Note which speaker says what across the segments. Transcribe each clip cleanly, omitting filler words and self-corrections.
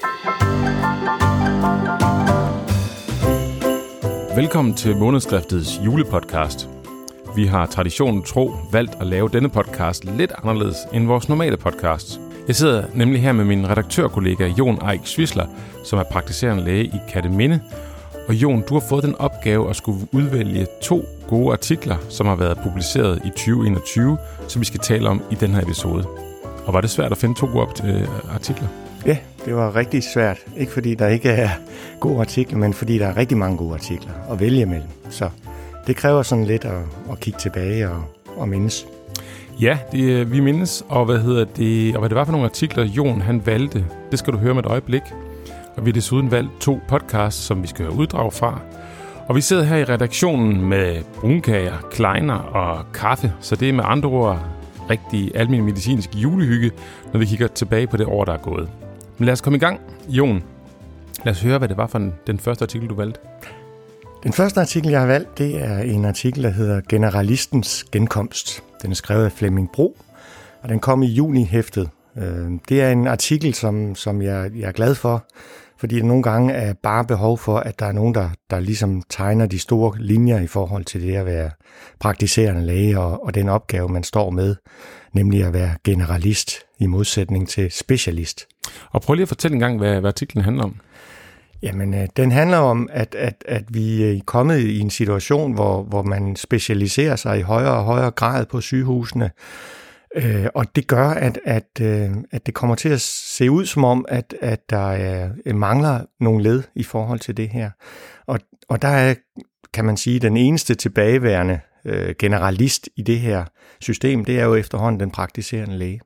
Speaker 1: Velkommen til Månedsskriftets julepodcast. Vi har traditionen tro valgt at lave denne podcast lidt anderledes end vores normale podcast. Jeg sidder nemlig her med min redaktørkollega Jon Eik Swisler, som er praktiserende læge i Kerteminde. Og Jon, du har fået den opgave at skulle udvælge 2 gode artikler, som har været publiceret i 2021, som vi skal tale om i den her episode. Og var det svært at finde 2 gode artikler?
Speaker 2: Ja, det var rigtig svært. Ikke fordi der ikke er gode artikler, men fordi der er rigtig mange gode artikler at vælge mellem. Så det kræver sådan lidt at kigge tilbage og mindes.
Speaker 1: Ja, vi mindes, og hvad det var for nogle artikler, Jon han valgte, det skal du høre med et øjeblik. Og vi har desuden valgt 2 podcasts, som vi skal høre uddrag fra. Og vi sidder her i redaktionen med brunkager, kleiner og kaffe, så det er med andre ord rigtig almen medicinsk julehygge, når vi kigger tilbage på det år, der er gået. Men lad os komme i gang. Jon, lad os høre, hvad det var for den første artikel, du valgte.
Speaker 2: Den første artikel, jeg har valgt, det er en artikel, der hedder Generalistens genkomst. Den er skrevet af Flemming Bro, og den kom i juni-hæftet. Det er en artikel, som jeg er glad for, fordi der nogle gange er bare behov for, at der er nogen, der ligesom tegner de store linjer i forhold til det at være praktiserende læge og den opgave, man står med, nemlig at være generalist i modsætning til specialist.
Speaker 1: Og prøv lige at fortælle en gang, hvad artiklen handler om.
Speaker 2: Jamen, den handler om, at vi er kommet i en situation, hvor man specialiserer sig i højere og højere grad på sygehusene. Og det gør, at det kommer til at se ud som om, at der mangler nogle led i forhold til det her. Og der er, kan man sige, den eneste tilbageværende generalist i det her system, det er jo efterhånden den praktiserende læge.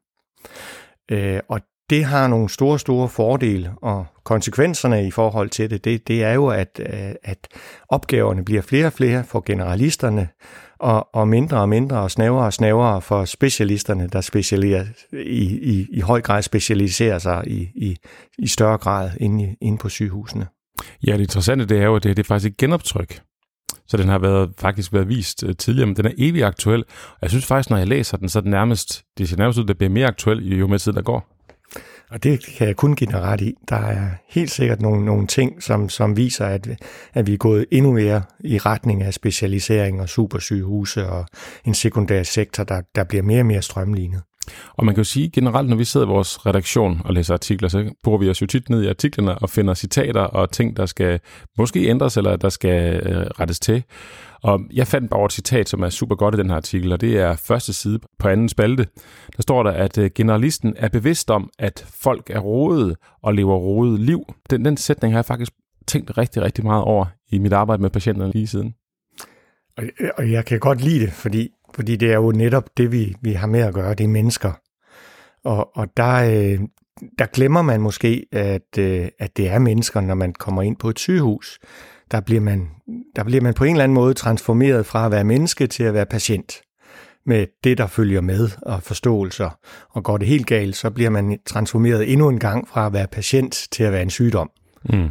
Speaker 2: Og det har nogle store fordele, og konsekvenserne i forhold til det er jo, at opgaverne bliver flere og flere for generalisterne, og mindre og snævrere for specialisterne, der i høj grad specialiserer sig i større grad inde på sygehusene.
Speaker 1: Ja, det interessante det er jo, at det er faktisk et genoptryk. Så den har faktisk været vist tidligere, men den er evig aktuel. Og jeg synes faktisk, når jeg læser den, så er det nærmest ud, det bliver mere aktuel, jo mere tid der går.
Speaker 2: Og det kan jeg kun give dig ret i. Der er helt sikkert nogle ting, som viser, at vi er gået endnu mere i retning af specialisering og supersygehuse og en sekundær sektor, der bliver mere og mere strømlignet.
Speaker 1: Og man kan jo sige generelt, når vi sidder i vores redaktion og læser artikler, så bruger vi os jo tit ned i artiklerne og finder citater og ting, der skal måske ændres eller der skal rettes til. Og jeg fandt bare et citat, som er super godt i den her artikel, og det er første side på anden spalte. Der står der, at generalisten er bevidst om, at folk er rodede og lever rodet liv. Den sætning har jeg faktisk tænkt rigtig, rigtig meget over i mit arbejde med patienterne lige siden.
Speaker 2: Og jeg kan godt lide det, fordi det er jo netop det, vi har med at gøre, det er mennesker. Og der glemmer man måske, at det er mennesker, når man kommer ind på et sygehus. Der bliver man på en eller anden måde transformeret fra at være menneske til at være patient. Med det, der følger med og forståelser. Og går det helt galt, så bliver man transformeret endnu en gang fra at være patient til at være en sygdom. Mm.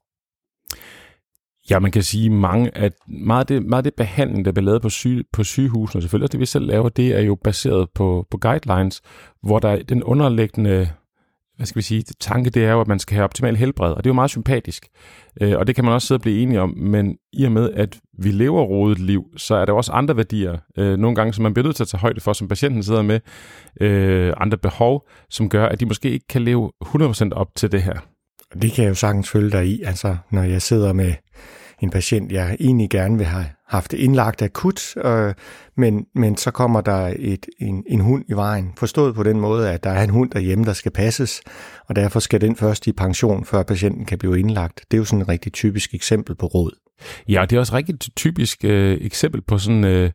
Speaker 1: Ja, man kan sige, meget af det behandling, der bliver lavet på sygehusene, og selvfølgelig også det, vi selv laver, det er jo baseret på guidelines, hvor der er den underliggende, tanke, det er jo, at man skal have optimal helbred, og det er jo meget sympatisk. Og det kan man også sidde og blive enige om, men i og med, at vi lever rodet liv, så er der også andre værdier, nogle gange, som man bliver nødt til at tage højde for, som patienten sidder med, andre behov, som gør, at de måske ikke kan leve 100% op til det her.
Speaker 2: Det kan jeg jo sagtens følge dig i, altså når jeg sidder med en patient, jeg egentlig gerne vil have haft indlagt akut, men så kommer der en hund i vejen. Forstået på den måde, at der er en hund derhjemme, der skal passes, og derfor skal den først i pension, før patienten kan blive indlagt. Det er jo sådan et rigtig typisk eksempel på råd.
Speaker 1: Ja, det er også et rigtig typisk eksempel på sådan,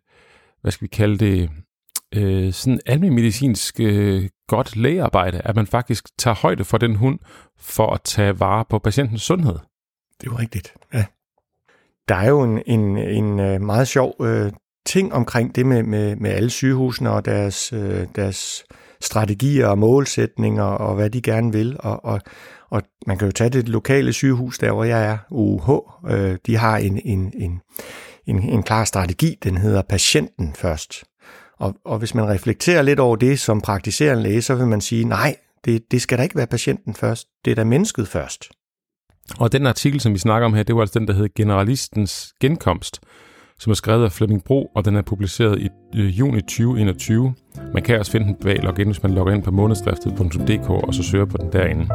Speaker 1: sådan almenmedicinsk godt lægearbejde, at man faktisk tager højde for den hund for at tage vare på patientens sundhed.
Speaker 2: Det er jo rigtigt, ja. Der er jo en meget sjov ting omkring det med alle sygehusene og deres strategier og målsætninger og hvad de gerne vil. Og man kan jo tage det lokale sygehus, der hvor jeg er, UH. De har en klar strategi, den hedder patienten først. Og hvis man reflekterer lidt over det som praktiserende læge, så vil man sige, nej, Det skal da ikke være patienten først. Det er da mennesket først.
Speaker 1: Og den artikel, som vi snakker om her, det var altså den, der hedder Generalistens genkomst, som er skrevet af Flemming Bro, og den er publiceret i juni 2021. Man kan også finde den bag login, hvis man logger ind på månedskriftet.dk og så søger på den derinde.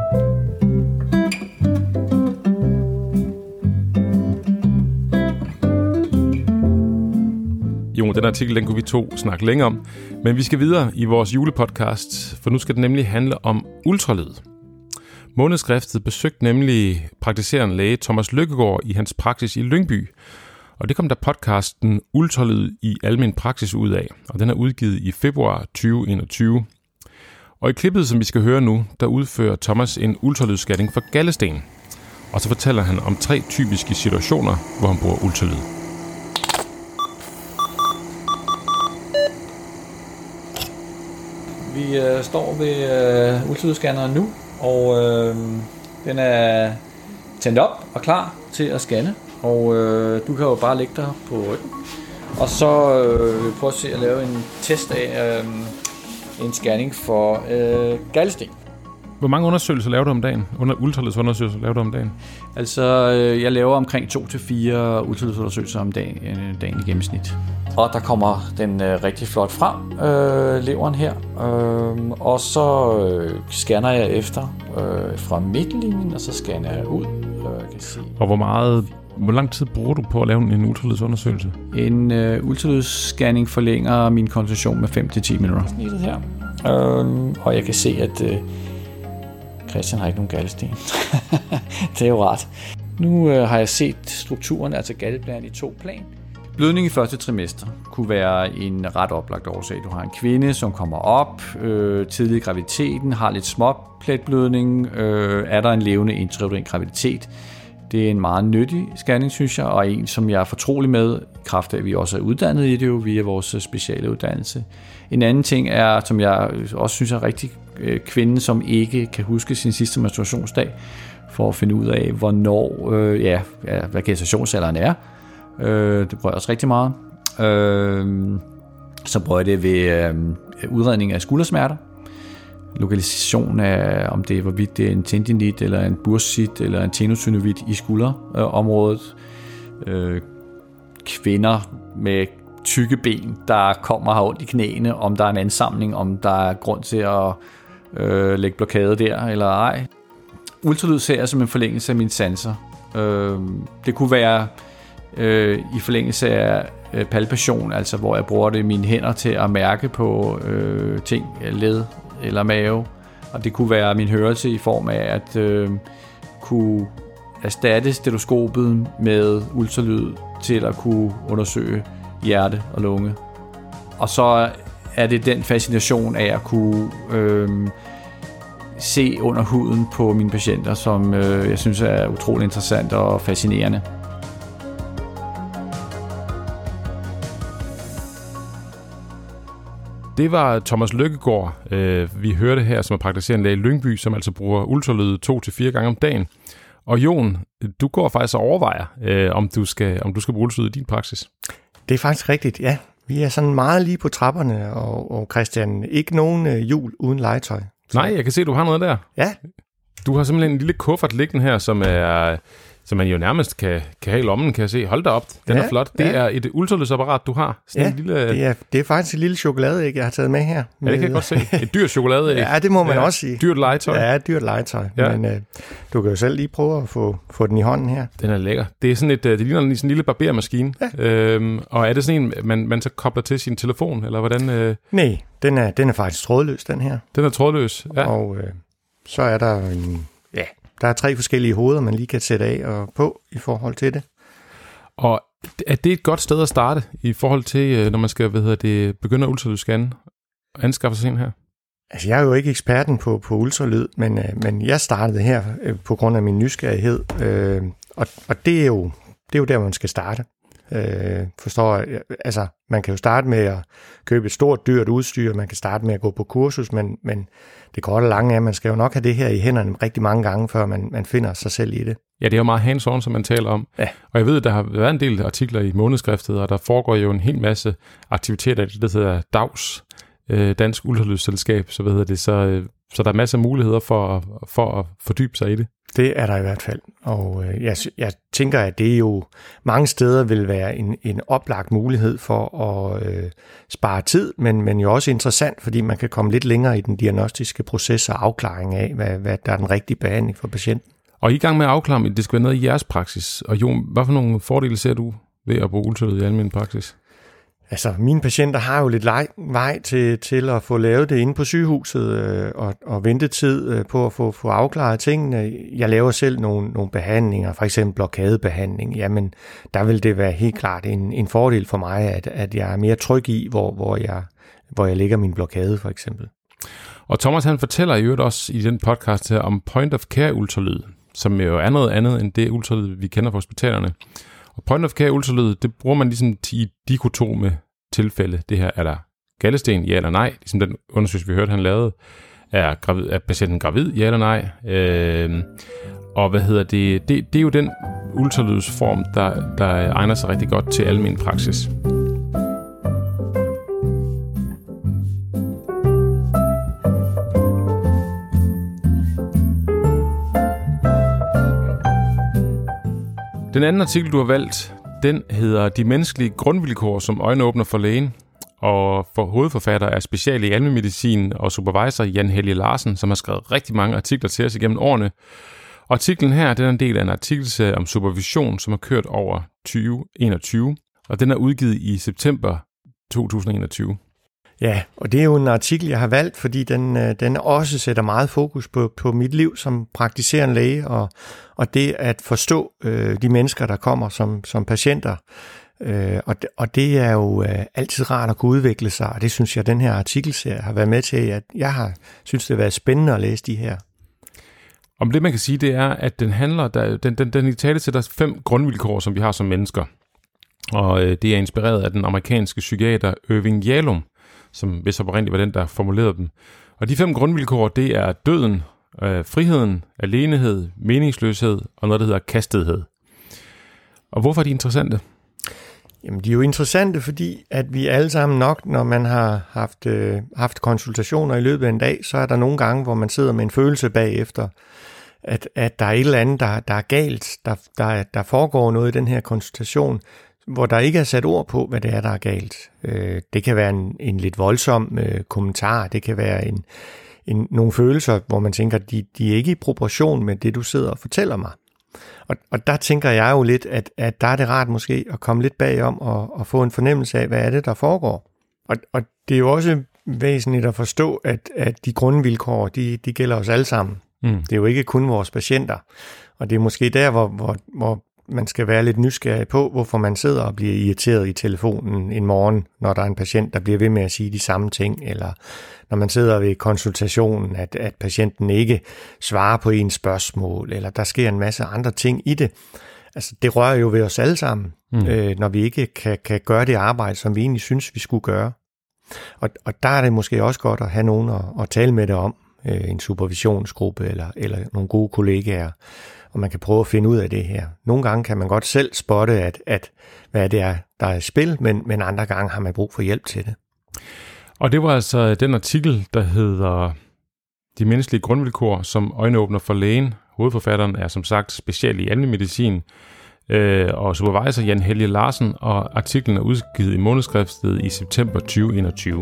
Speaker 1: Jo, den artikel, den kunne vi to snakke længere om. Men vi skal videre i vores julepodcast, for nu skal det nemlig handle om ultralyd. Månedskriftet besøgte nemlig praktiserende læge Thomas Lykkegaard i hans praksis i Lyngby. Og det kom der podcasten Ultralyd i almen praksis ud af, og den er udgivet i februar 2021. Og i klippet, som vi skal høre nu, der udfører Thomas en ultralydsscanning for galdesten. Og så fortæller han om 3 typiske situationer, hvor han bruger ultralyd.
Speaker 3: Vi står ved ultralydsscanneren nu, og den er tændt op og klar til at scanne. Og du kan jo bare lægge dig på ryggen. Og så vil prøve at se at lave en test af en scanning for galdesten.
Speaker 1: Hvor mange undersøgelser laver du om dagen? Ultralydsundersøgelser laver du om dagen?
Speaker 3: Altså, jeg laver omkring 2 til 4 ultralydsundersøgelser om dagen i gennemsnit. Og der kommer den rigtig flot frem, leveren her. Og så scanner jeg efter fra midtlinjen, og så scanner jeg ud. Kan se.
Speaker 1: Og hvor lang tid bruger du på at lave en ultralydsundersøgelse?
Speaker 3: En ultralydsscanning forlænger min konsultation med 5-10 minutter. Snittet her. Og jeg kan se, at Christian har ikke nogen galdesten. Det er jo rart. Nu har jeg set strukturen, altså galdeblæren i 2 plan. Blødning i første trimester kunne være en ret oplagt årsag. Du har en kvinde, som kommer op tidlig i graviditeten, har lidt småpletblødning. Er der en levende intrauterin graviditet? Det er en meget nyttig scanning, synes jeg, og en, som jeg er fortrolig med, i kraft af, at vi også er uddannet i det jo, via vores speciale uddannelse. En anden ting er, som jeg også synes er rigtig kvinden, som ikke kan huske sin sidste menstruationsdag, for at finde ud af, hvornår, hvad gestationsalderen er. Det prøver jeg også rigtig meget. Så prøver jeg det ved udredning af skuldersmerter. Lokalisation af, om det er, hvorvidt det er en tendinit, eller en bursit, eller en tenosynovit i skulderområdet. Kvinder med tykke ben, der kommer her ondt i knæene, om der er en ansamling, om der er grund til at lægge blokade der, eller ej. Ultralyd ser jeg som en forlængelse af mine sanser. Det kunne være i forlængelse af palpation, altså hvor jeg bruger det i mine hænder til at mærke på ting, led eller mave, og det kunne være min hørelse i form af at kunne erstatte stetoskopet med ultralyd til at kunne undersøge hjerte og lunge. Og så er det den fascination af at kunne se under huden på mine patienter, som jeg synes er utrolig interessant og fascinerende.
Speaker 1: Det var Thomas Lykkegaard, vi hørte her, som er praktiserende læge i Lyngby, som altså bruger ultralyd 2-4 gange om dagen. Og Jon, du går faktisk og overvejer, om du skal bruge ultralyd i din praksis.
Speaker 2: Det er faktisk rigtigt, ja. Vi er sådan meget lige på trapperne, og Christian, ikke nogen jul uden legetøj.
Speaker 1: Nej, jeg kan se, du har noget der.
Speaker 2: Ja.
Speaker 1: Du har simpelthen en lille kuffert liggende her, som man jo nærmest kan have i lommen, kan jeg se. Hold da op, den er flot. Det er et ultralydsapparat, du har. Sådan en lille...
Speaker 2: det er faktisk et lille chokoladeæg, jeg har taget med her.
Speaker 1: Ja, det kan jeg godt se. Et dyrt chokoladeæg.
Speaker 2: Ja, det må man også sige.
Speaker 1: Dyrt legetøj.
Speaker 2: Ja, dyrt legetøj. Ja. Men du kan jo selv lige prøve at få den i hånden her.
Speaker 1: Den er lækker. Det er sådan det ligner sådan en lille barbermaskine. Ja. Og er det sådan en, man så kobler til sin telefon, eller hvordan?
Speaker 2: Nej, den er faktisk trådløs, den her.
Speaker 1: Den er trådløs, ja.
Speaker 2: Og så er der der er 3 forskellige hoveder, man lige kan sætte af og på i forhold til det.
Speaker 1: Og er det et godt sted at starte i forhold til, når man skal begynde at ultralydsscanne og anskaffe sig en her?
Speaker 2: Altså, jeg er jo ikke eksperten på ultralyd, men jeg startede her på grund af min nysgerrighed, og det er jo der, man skal starte. Forstår jeg? Altså, man kan jo starte med at købe et stort, dyrt udstyr, man kan starte med at gå på kursus, men det korte og lange er, at man skal jo nok have det her i hænderne rigtig mange gange, før man finder sig selv i det. Ja,
Speaker 1: det er jo meget hands-on, som man taler om. Ja. Og jeg ved, at der har været en del artikler i månedskriftet, og der foregår jo en hel masse aktiviteter, det hedder DAUS, Dansk Ultralydsselskab, så Så der er masser af muligheder for at fordybe sig i det.
Speaker 2: Det er der i hvert fald, og jeg tænker, at det jo mange steder vil være en oplagt mulighed for at spare tid, men jo også interessant, fordi man kan komme lidt længere i den diagnostiske proces og afklaring af, hvad der er den rigtige behandling for patienten.
Speaker 1: Og I gang med at afklare, at det skal være noget i jeres praksis. Og Jon, hvad for nogle fordele ser du ved at bruge ultralyd i almen praksis?
Speaker 2: Altså, mine patienter har jo lidt vej til at få lavet det inde på sygehuset og ventetid på at få afklaret tingene. Jeg laver selv nogle behandlinger, for eksempel blokadebehandling. Jamen, der vil det være helt klart en fordel for mig, at jeg er mere tryg i, hvor jeg lægger min blokade, for eksempel.
Speaker 1: Og Thomas, han fortæller i øvrigt også i den podcast her om point-of-care ultralyd, som jo er noget andet end det ultralyd, vi kender på hospitalerne. Og point-of-care ultralyd, det bruger man ligesom i dikotome tilfælde. Det her, er der galdesten, ja eller nej? Ligesom den undersøgelse, vi hørte, han lavede. Er patienten gravid, ja eller nej? Og det er jo den ultralydsform, der egner sig rigtig godt til almen praksis. Den anden artikel, du har valgt, den hedder De menneskelige grundvilkår som øjenåbner for lægen, og for hovedforfatter er special i almenmedicin og supervisor Jan Helge Larsen, som har skrevet rigtig mange artikler til os igennem årene. Og artiklen her, den er en del af en artikelserie om supervision, som har kørt over 2021, og den er udgivet i september 2021.
Speaker 2: Ja, og det er jo en artikel, jeg har valgt, fordi den også sætter meget fokus på mit liv som praktiserende læge, og det at forstå de mennesker, der kommer som patienter. Og det er jo altid rart at kunne udvikle sig, og det synes jeg, den her artikelserie har været med til, at jeg har synes det har været spændende at læse de her.
Speaker 1: Om det, man kan sige, det er, at den i tale sætter 5 grundvilkår, som vi har som mennesker. Og det er inspireret af den amerikanske psykiater Irving Yalom, som hvis oprindeligt var den, der formulerede dem. Og de 5 grundvilkår, det er døden, friheden, alenehed, meningsløshed og noget, der hedder kastethed. Og hvorfor er de interessante?
Speaker 2: Jamen, de er jo interessante, fordi at vi alle sammen nok, når man har haft konsultationer i løbet af en dag, så er der nogle gange, hvor man sidder med en følelse bagefter, at der er et eller andet, der er galt, der foregår noget i den her konsultation, hvor der ikke er sat ord på, hvad det er, der er galt. Det kan være en lidt voldsom kommentar, det kan være nogle følelser, hvor man tænker, de er ikke i proportion med det, du sidder og fortæller mig. Og der tænker jeg jo lidt, at der er det rart måske at komme lidt bagom og få en fornemmelse af, hvad er det, der foregår. Og det er jo også væsentligt at forstå, at de grundvilkår, de gælder os alle sammen. Det er jo ikke kun vores patienter. Og det er måske der, hvor man skal være lidt nysgerrig på, hvorfor man sidder og bliver irriteret i telefonen en morgen, når der er en patient, der bliver ved med at sige de samme ting, eller når man sidder ved konsultationen, at patienten ikke svarer på ens spørgsmål, eller der sker en masse andre ting i det. Altså, det rører jo ved os alle sammen, når vi ikke kan gøre det arbejde, som vi egentlig synes, vi skulle gøre. Og der er det måske også godt at have nogen at tale med det om, en supervisionsgruppe eller nogle gode kollegaer, og man kan prøve at finde ud af det her. Nogle gange kan man godt selv spotte, at hvad det er, der er i spil, men andre gange har man brug for hjælp til det.
Speaker 1: Og det var altså den artikel, der hedder De menneskelige grundvilkår som øjenåbner for lægen. Hovedforfatteren er som sagt special i almenmedicin og supervisor Jan Helge Larsen, og artiklen er udgivet i månedskriftet i september 2021.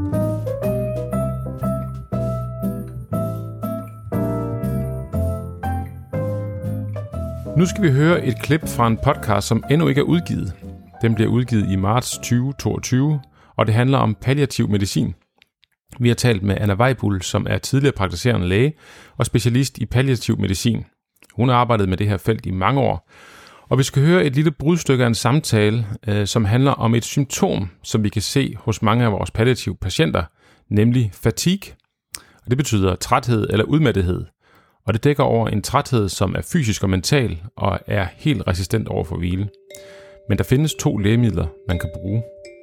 Speaker 1: Nu skal vi høre et klip fra en podcast, som endnu ikke er udgivet. Den bliver udgivet i marts 2022, og det handler om palliativ medicin. Vi har talt med Anna Weibul, som er tidligere praktiserende læge og specialist i palliativ medicin. Hun har arbejdet med det her felt i mange år. Og vi skal høre et lille brudstykke af en samtale, som handler om et symptom, som vi kan se hos mange af vores palliative patienter, nemlig fatigue. Og det betyder træthed eller udmattethed. Og det dækker over en træthed, som er fysisk og mental og er helt resistent over for hvile. Men der findes 2 lægemidler, man kan bruge.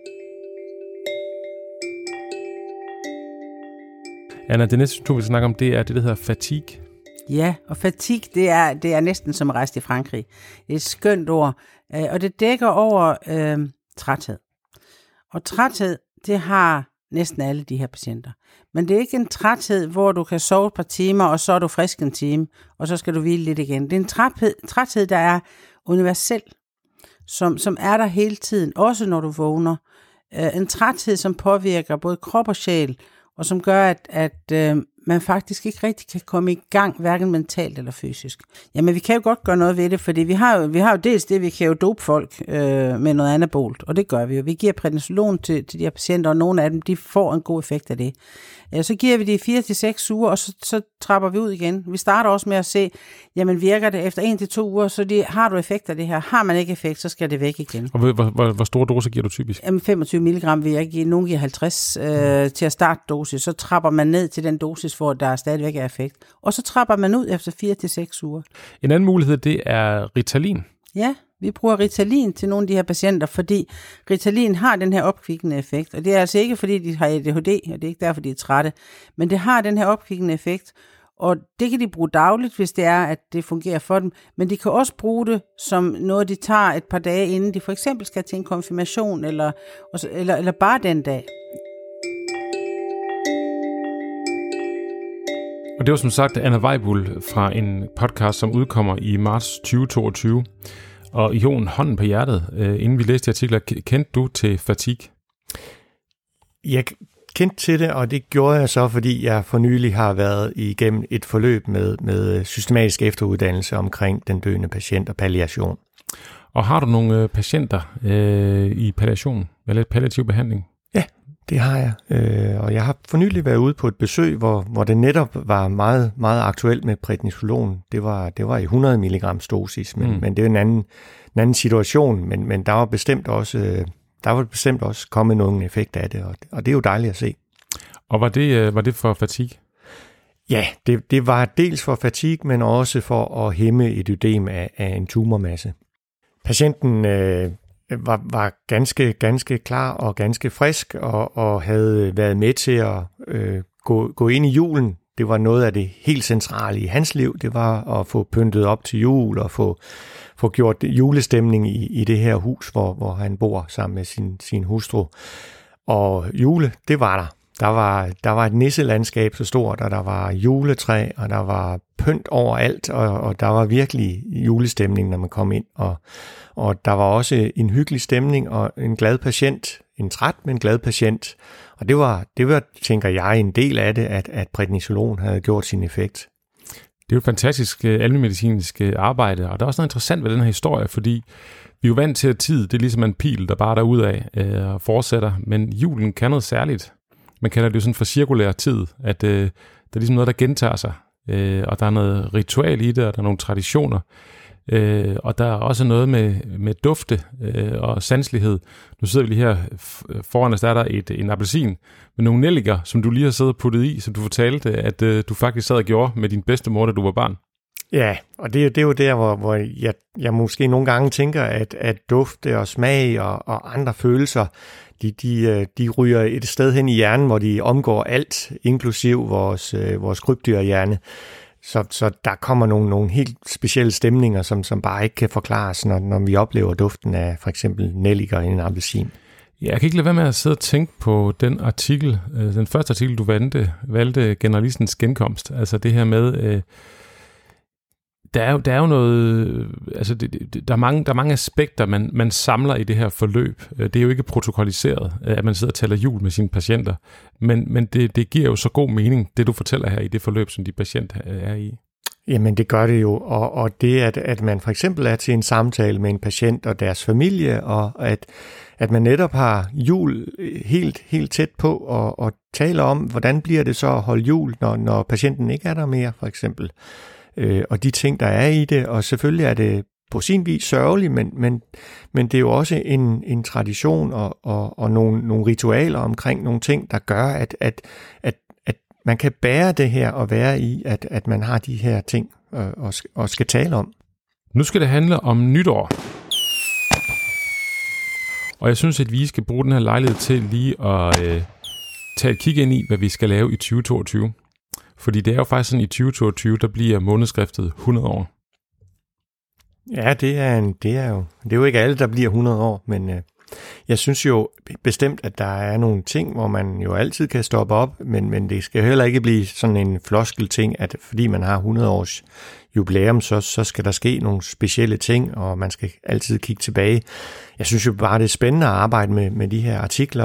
Speaker 1: Anna, det næste symptom, vi skal snakke om, det er det, der hedder fatigue.
Speaker 4: Ja, og fatigue, det er næsten som rejst i Frankrig. Det er et skønt ord, og det dækker over træthed. Og træthed, det har næsten alle de her patienter. Men det er ikke en træthed, hvor du kan sove et par timer, og så er du frisk en time, og så skal du hvile lidt igen. Det er en træthed, der er universel, som er der hele tiden, også når du vågner. En træthed, som påvirker både krop og sjæl, og som gør, at man faktisk ikke rigtig kan komme i gang, hverken mentalt eller fysisk. Jamen, vi kan jo godt gøre noget ved det, fordi vi har jo dels det, vi kan jo dope folk med noget anabolt, og det gør vi jo. Vi giver prednisolon til de her patienter, og nogle af dem, de får en god effekt af det. Så giver vi det i 4 til 6 uger, og så trapper vi ud igen. Vi starter også med at se, jamen virker det efter 1 til 2 uger, så har du effekt af det her. Har man ikke effekt, så skal det væk igen.
Speaker 1: Og hvor store doser giver du typisk?
Speaker 4: Jamen 25 mg vil jeg give. Nogle giver 50 til at starte dosis. Så trapper man ned til den dosis, hvor der stadigvæk er effekt. Og så trapper man ud efter 4 til 6 uger.
Speaker 1: En anden mulighed, det er Ritalin.
Speaker 4: Ja, vi bruger Ritalin til nogle af de her patienter, fordi Ritalin har den her opkvikkende effekt. Og det er altså ikke, fordi de har ADHD, og det er ikke derfor, de er trætte. Men det har den her opkvikkende effekt, og det kan de bruge dagligt, hvis det er, at det fungerer for dem. Men de kan også bruge det som noget, de tager et par dage, inden de for eksempel skal til en konfirmation, eller bare den dag.
Speaker 1: Og det var som sagt Anna Weibul fra en podcast, som udkommer i marts 2022. Og Jon, hånden på hjertet, inden vi læste artikler, kendte du til fatigue?
Speaker 2: Jeg kendte til det, og det gjorde jeg så, fordi jeg for nylig har været igennem et forløb med systematisk efteruddannelse omkring den døende patient og palliation.
Speaker 1: Og har du nogle patienter i palliation, eller palliativ behandling?
Speaker 2: Ja, det har jeg. Og jeg har for nylig været ude på et besøg, hvor det netop var meget, meget aktuelt med prednisolon. Det var i 100 mg dosis, men det er en anden situation, men der var bestemt også kommet nogle effekt af det, og det er jo dejligt at se.
Speaker 1: Og var det for fatigue?
Speaker 2: Ja, det var dels for fatigue, men også for at hæmme et ødem af en tumormasse. Patienten var ganske klar og ganske frisk, og havde været med til at gå ind i julen. Det var noget af det helt centrale i hans liv. Det var at få pyntet op til jul og få gjort julestemning i det her hus, hvor han bor sammen med sin hustru. Og jule, det var der. Der var et nisselandskab så stort, og der var juletræ, og der var pynt overalt, og der var virkelig julestemning, når man kom ind. Og der var også en hyggelig stemning og en glad patient, en træt, men glad patient. Og det var, tænker jeg, en del af det, at prednisolon havde gjort sin effekt.
Speaker 1: Det er jo et fantastisk almenmedicinsk arbejde, og der er også noget interessant ved den her historie, fordi vi er jo vant til, at tid, det er ligesom en pil, der bare derudad og fortsætter, men julen kan noget særligt. Man kalder det jo sådan for cirkulær tid, at der er ligesom noget, der gentager sig, og der er noget ritual i det, og der er nogle traditioner, og der er også noget med dufte og sanselighed. Nu sidder vi lige her foran os, der er der en appelsin med nogle nelliker, som du lige har siddet og puttet i, som du fortalte, at du faktisk sad og gjorde med din bedstemor, da du var barn. Ja,
Speaker 2: og det er jo der, hvor jeg måske nogle gange tænker, at dufte og smag og andre følelser, de ryger et sted hen i hjernen, hvor de omgår alt, inklusiv vores krybdyrhjerne. Så der kommer nogle helt specielle stemninger, som bare ikke kan forklares, når vi oplever duften af for eksempel nelliker i en appelsin.
Speaker 1: Ja, jeg kan ikke lade være med at sidde og tænke på den artikel, den første artikel, du valgte generalistens genkomst. Altså det her med, der er jo noget, altså der er mange aspekter, man samler i det her forløb. Det er jo ikke protokolliseret, at man sidder og tæller jul med sine patienter, men det giver jo så god mening, det du fortæller her i det forløb, som de patient er i.
Speaker 2: Jamen det gør det jo, og det at man for eksempel er til en samtale med en patient og deres familie, og at man netop har jul helt tæt på, og taler om, hvordan bliver det så at holde jul, når patienten ikke er der mere, for eksempel. Og de ting, der er i det, og selvfølgelig er det på sin vis sørgeligt, men det er jo også en tradition og nogle ritualer omkring nogle ting, der gør, at man kan bære det her og være i, at man har de her ting og skal tale om.
Speaker 1: Nu skal det handle om nytår. Og jeg synes, at vi skal bruge den her lejlighed til lige at tage et kig ind i, hvad vi skal lave i 2022. Fordi det er jo faktisk sådan, i 2022, der bliver månedskriftet 100 år.
Speaker 2: Ja, det er jo ikke alle, der bliver 100 år, men Jeg synes jo bestemt, at der er nogle ting, hvor man jo altid kan stoppe op, men det skal heller ikke blive sådan en floskelting, at fordi man har 100 års jubilæum, så skal der ske nogle specielle ting, og man skal altid kigge tilbage. Jeg synes jo bare, det er spændende at arbejde med de her artikler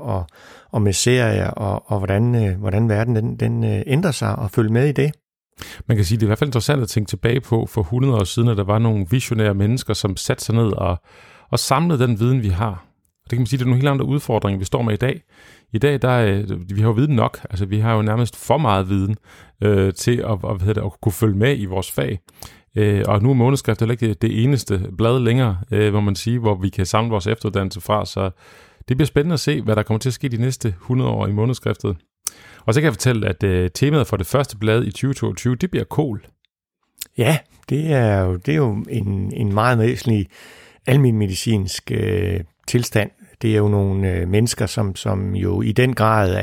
Speaker 2: og med serier, og hvordan verden den ændrer sig, og følge med i det.
Speaker 1: Man kan sige, det er i hvert fald interessant at tænke tilbage på for 100 år siden, at der var nogle visionære mennesker, som satte sig ned og samlede den viden, vi har. Og det kan man sige, det er nogle helt andre udfordringer, vi står med i dag. I dag, vi har jo viden nok. Altså, vi har jo nærmest for meget viden til at kunne følge med i vores fag. Og nu er Måneskrift heller ikke det eneste blad længere, hvor man siger, hvor vi kan samle vores efteruddannelse fra. Så det bliver spændende at se, hvad der kommer til at ske de næste 100 år i Måneskriftet. Og så kan jeg fortælle, at temaet for det første blad i 2022, det bliver kål.
Speaker 2: Ja, det er jo en meget væsentlig almenmedicinsk tilstand. Det er jo nogle mennesker, som jo i den grad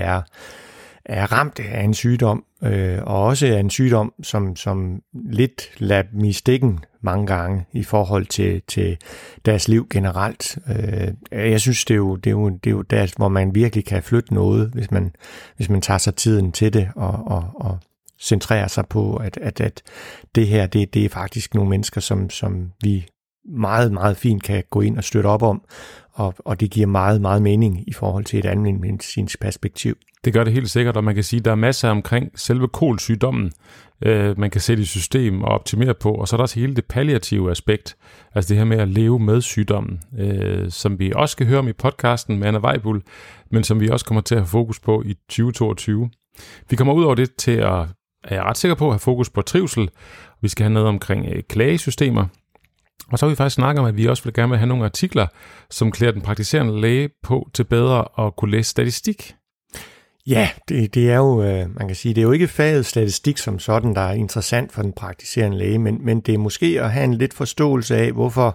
Speaker 2: er ramt af en sygdom, og også af en sygdom, som lidt lader dem i stikken mange gange i forhold til deres liv generelt. Jeg synes, det er jo der, hvor man virkelig kan flytte noget, hvis man tager sig tiden til det og centrerer sig på, at det her, det er faktisk nogle mennesker, som vi meget, meget fint kan gå ind og støtte op om, og det giver meget, meget mening i forhold til et almenmedicinsk perspektiv.
Speaker 1: Det gør det helt sikkert, og man kan sige, at der er masser omkring selve kolsygdommen, man kan sætte i system og optimere på, og så er der også hele det palliative aspekt, altså det her med at leve med sygdommen, som vi også skal høre om i podcasten med Anna Weibul, men som vi også kommer til at have fokus på i 2022. Vi kommer ud over det til er jeg ret sikker på, at have fokus på trivsel. Vi skal have noget omkring klagesystemer, og så har vi faktisk snakket om, at vi også vil gerne have nogle artikler, som klæder den praktiserende læge på til bedre at kunne læse statistik.
Speaker 2: Ja, det er jo, man kan sige, det er jo ikke faget statistik som sådan, der er interessant for den praktiserende læge, men det er måske at have en lidt forståelse af,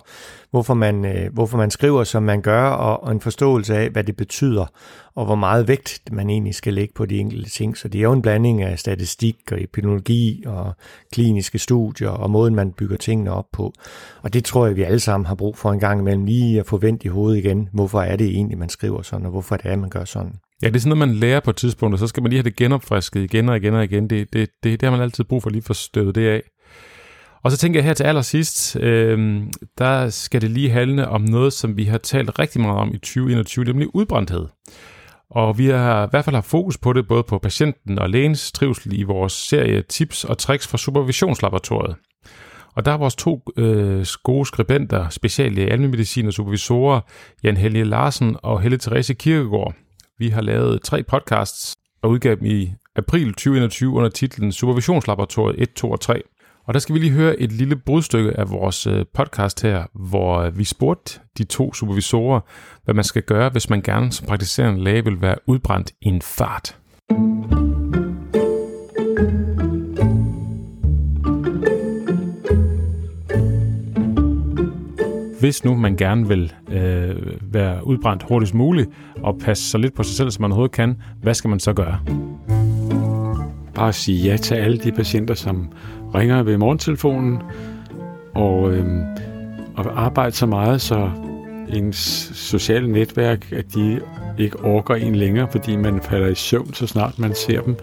Speaker 2: hvorfor man skriver, som man gør, og en forståelse af, hvad det betyder, og hvor meget vægt man egentlig skal lægge på de enkelte ting. Så det er jo en blanding af statistik og epidemiologi og kliniske studier og måden, man bygger tingene op på. Og det tror jeg, vi alle sammen har brug for en gang imellem lige at få vendt i hovedet igen. Hvorfor er det egentlig, man skriver sådan, og hvorfor det er, man gør sådan?
Speaker 1: Ja, det er sådan noget, man lærer på et tidspunkt, og så skal man lige have det genopfrisket igen og igen og igen. Det har man altid brug for lige for støvet det af. Og så tænker jeg her til allersidst, der skal det lige handle om noget, som vi har talt rigtig meget om i 2021, nemlig udbrændthed. Og vi har i hvert fald haft fokus på det, både på patienten og lægens trivsel i vores serie Tips og Tricks fra Supervisionslaboratoriet. Og der er vores to gode skribenter, speciallæge i almenmedicin og supervisorer, Jan Helge Larsen og Helle Therese Kirkegaard. Vi har lavet 3 podcasts og udgav dem i april 2021 under titlen Supervisionslaboratoriet 1, 2 og 3. Og der skal vi lige høre et lille brudstykke af vores podcast her, hvor vi spurgte de 2 supervisorer, hvad man skal gøre, hvis man gerne som praktiserende læge vil være udbrændt i en fart. Hvis nu man gerne vil være udbrændt hurtigst muligt og passe så lidt på sig selv, som man overhovedet kan, hvad skal man så gøre?
Speaker 5: Bare sige ja til alle de patienter, som ringer ved morgentelefonen, og arbejde så meget, så ens sociale netværk, at de ikke orker en længere, fordi man falder i søvn, så snart man ser dem.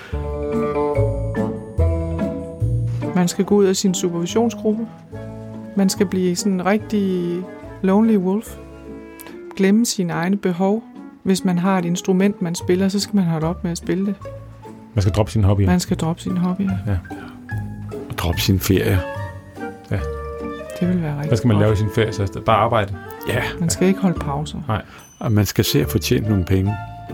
Speaker 6: Man skal gå ud af sin supervisionsgruppe. Man skal blive sådan en rigtig lonely wolf. Glemme sine egne behov. Hvis man har et instrument, man spiller, så skal man holde op med at spille det.
Speaker 1: Man skal droppe sine hobbyer.
Speaker 6: Man skal droppe sine hobbyer.
Speaker 1: Ja.
Speaker 5: Og droppe sin ferie.
Speaker 1: Ja.
Speaker 6: Det vil være rigtig.
Speaker 1: Hvad skal man lave i sin ferie? Så bare arbejde?
Speaker 5: Ja.
Speaker 6: Man skal ikke holde pauser.
Speaker 1: Nej.
Speaker 5: Og man skal se at fortjene nogle penge.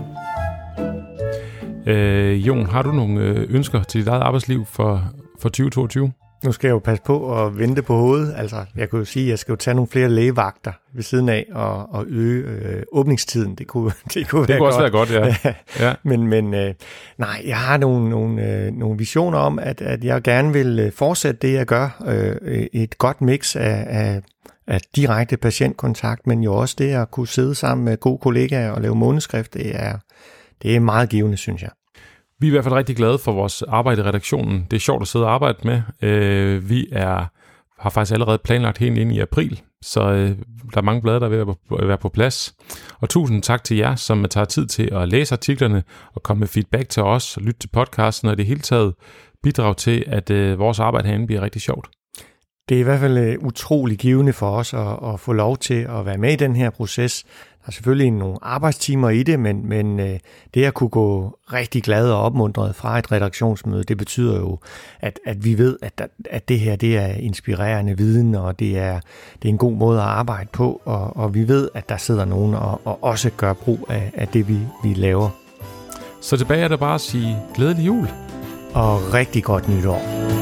Speaker 1: Jon, har du nogle ønsker til dit eget arbejdsliv for 2022?
Speaker 2: Nu skal jeg jo passe på at vente på hovedet. Altså, jeg kunne jo sige, at jeg skal jo tage nogle flere lægevagter ved siden af og øge åbningstiden. Det kunne være godt.
Speaker 1: Det kunne også være godt, ja.
Speaker 2: Ja. Men nej, jeg har nogle visioner om, at jeg gerne vil fortsætte det, jeg gør. Et godt mix af direkte patientkontakt, men jo også det at kunne sidde sammen med gode kollegaer og lave måneskrift. Det er meget givende, synes jeg.
Speaker 1: Vi er i hvert fald rigtig glade for vores arbejde i redaktionen. Det er sjovt at sidde og arbejde med. Vi har faktisk allerede planlagt helt ind i april, så der er mange blade, der er ved at være på plads. Og tusind tak til jer, som tager tid til at læse artiklerne og komme med feedback til os, og lytte til podcasten og i det hele taget bidrage til, at vores arbejde herinde bliver rigtig sjovt.
Speaker 2: Det er i hvert fald utrolig givende for os at få lov til at være med i den her proces. Der er selvfølgelig nogle arbejdstimer i det, men det at kunne gå rigtig glad og opmuntret fra et redaktionsmøde, det betyder jo, at vi ved, at det her det er inspirerende viden, og det er en god måde at arbejde på, og vi ved, at der sidder nogen og også gør brug af det, vi laver.
Speaker 1: Så tilbage er der bare at sige glædelig jul.
Speaker 2: Og rigtig godt nytår.